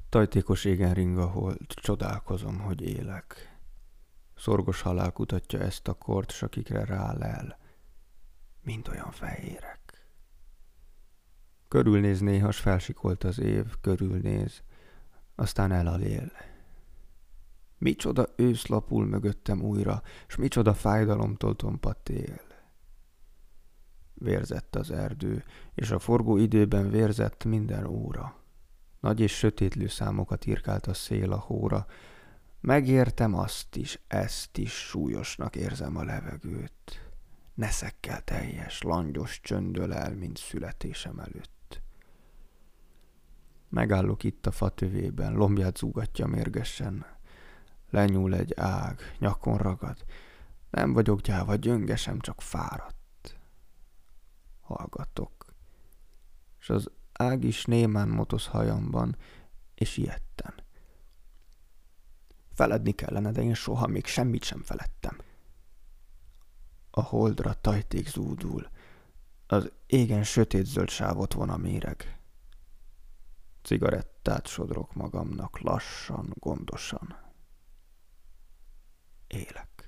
Tajtékos égen ring a hold, csodálkozom, hogy élek. Szorgos halál kutatja ezt a kort, s akikre rálel, mind olyan fehérek. Körülnéz néha, s felsikolt az év, körülnéz, aztán elalél. Micsoda ősz lapul mögöttem újra, s micsoda fájdalomtól tompadt él. Vérzett az erdő, és a forgó időben vérzett minden óra. Nagy és sötétlő számokat irkált a szél a hóra. Megértem azt is, ezt is, súlyosnak érzem a levegőt. Neszekkel teljes, langyos csöndöl el, mint születésem előtt. Megállok itt a fatövében, lombját zúgatja mérgesen. Lenyúl egy ág, nyakon ragad. Nem vagyok gyáva, gyöngesem, csak fáradt. Hallgatok. És az ág is némán motoz hajamban, és ilyetten. Feledni kellene, de én soha még semmit sem feledtem. A holdra tajték zúdul, az égen sötétzöld sávot von a méreg. Cigarettát sodrok magamnak lassan, gondosan. Élek.